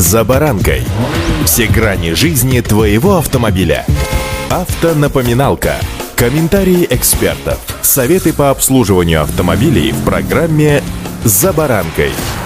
«За баранкой». Все грани жизни твоего автомобиля. Автонапоминалка. Комментарии экспертов. Советы по обслуживанию автомобилей в программе «За баранкой».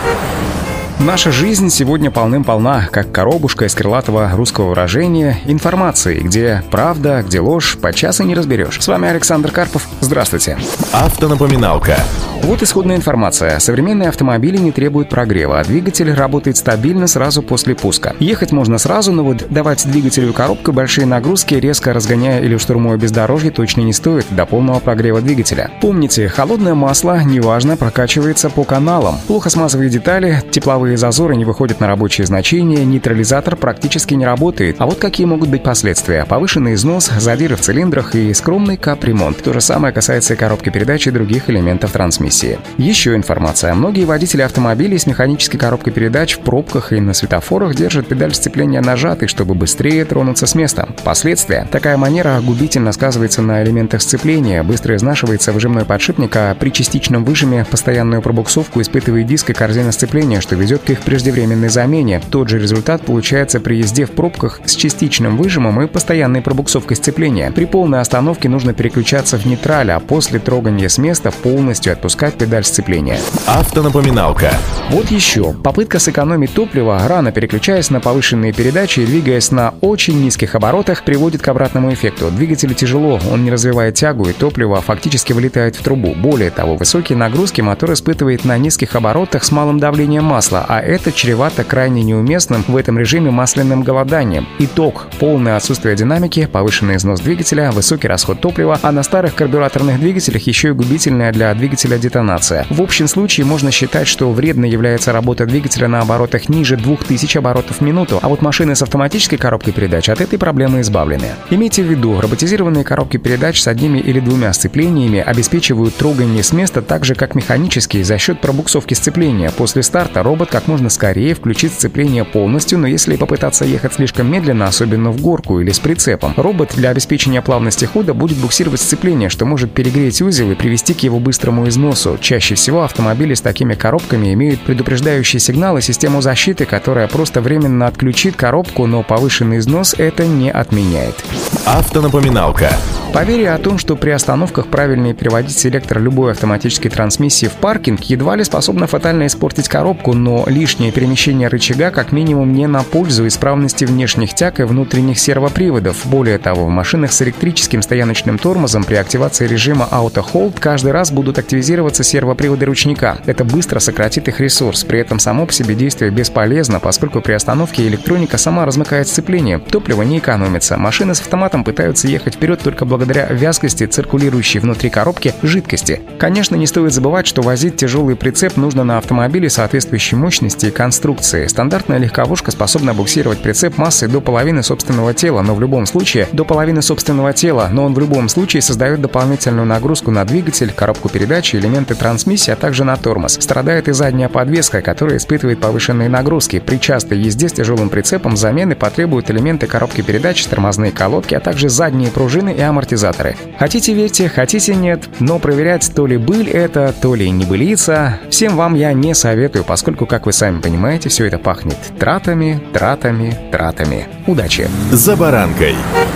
Наша жизнь сегодня полным-полна, как коробушка из крылатого русского выражения, информации, где правда, где ложь, подчас и не разберешь. С вами Александр Карпов. Здравствуйте. Автонапоминалка. Вот исходная информация. Современные автомобили не требуют прогрева, а двигатель работает стабильно сразу после пуска. Ехать можно сразу, но вот давать двигателю и коробке большие нагрузки, резко разгоняя или штурмуя бездорожье, точно не стоит до полного прогрева двигателя. Помните, холодное масло, неважно, прокачивается по каналам. Плохо смазывая детали, тепловые зазоры не выходят на рабочие значения, нейтрализатор практически не работает. А вот какие могут быть последствия? Повышенный износ, задиры в цилиндрах и скромный капремонт. То же самое касается и коробки передач и других элементов трансмиссии. Еще информация. Многие водители автомобилей с механической коробкой передач в пробках и на светофорах держат педаль сцепления нажатой, чтобы быстрее тронуться с места. Последствия. Такая манера губительно сказывается на элементах сцепления, быстро изнашивается выжимной подшипник, а при частичном выжиме постоянную пробуксовку испытывает диск и корзина сцепления, что ведет к их преждевременной замене. Тот же результат получается при езде в пробках с частичным выжимом и постоянной пробуксовкой сцепления. При полной остановке нужно переключаться в нейтраль, а после трогания с места полностью отпускать педаль сцепления. Автонапоминалка. Вот еще. Попытка сэкономить топливо, рано переключаясь на повышенные передачи и двигаясь на очень низких оборотах, приводит к обратному эффекту. Двигателю тяжело, он не развивает тягу, и топливо фактически вылетает в трубу. Более того, высокие нагрузки мотор испытывает на низких оборотах с малым давлением масла, а это чревато крайне неуместным в этом режиме масляным голоданием. Итог: полное отсутствие динамики, повышенный износ двигателя, высокий расход топлива, а на старых карбюраторных двигателях еще и губительная для двигателя детонация. В общем случае можно считать, что вредной является работа двигателя на оборотах ниже 2000 оборотов в минуту, а вот машины с автоматической коробкой передач от этой проблемы избавлены. Имейте в виду, роботизированные коробки передач с одними или двумя сцеплениями обеспечивают трогание с места так же, как механические, за счет пробуксовки сцепления. После старта робот как можно скорее включит сцепление полностью, но если попытаться ехать слишком медленно, особенно в горку или с прицепом, робот для обеспечения плавности хода будет буксировать сцепление, что может перегреть узел и привести к его быстрому износу. Чаще всего автомобили с такими коробками имеют предупреждающий сигнал и систему защиты, которая просто временно отключит коробку, но повышенный износ это не отменяет. Автонапоминалка. Поверье о том, что при остановках правильно переводить селектор любой автоматической трансмиссии в паркинг, едва ли способно фатально испортить коробку, но лишнее перемещение рычага как минимум не на пользу исправности внешних тяг и внутренних сервоприводов. Более того, в машинах с электрическим стояночным тормозом при активации режима Auto Hold каждый раз будут активизироваться сервоприводы ручника. Это быстро сократит их ресурс. При этом само по себе действие бесполезно, поскольку при остановке электроника сама размыкает сцепление. Топливо не экономится. Машины с автоматом пытаются ехать вперед только благодаря вязкости циркулирующей внутри коробки жидкости. Конечно, не стоит забывать, что возить тяжелый прицеп нужно на автомобиле соответствующей мощности и конструкции. Стандартная легковушка способна буксировать прицеп массой до половины собственного тела, но в любом случае он в любом случае создает дополнительную нагрузку на двигатель, коробку передач, элементы трансмиссии, а также на тормоз. Страдает и задняя подвеска, которая испытывает повышенные нагрузки. При частой езде с тяжелым прицепом замены потребуют элементы коробки передач, тормозные колодки, а также задние пружины и амортизаторы. Хотите верьте, хотите нет, но проверять то ли быль это, то ли небылица, всем вам я не советую, поскольку, как вы сами понимаете, все это пахнет тратами. Удачи! «За баранкой».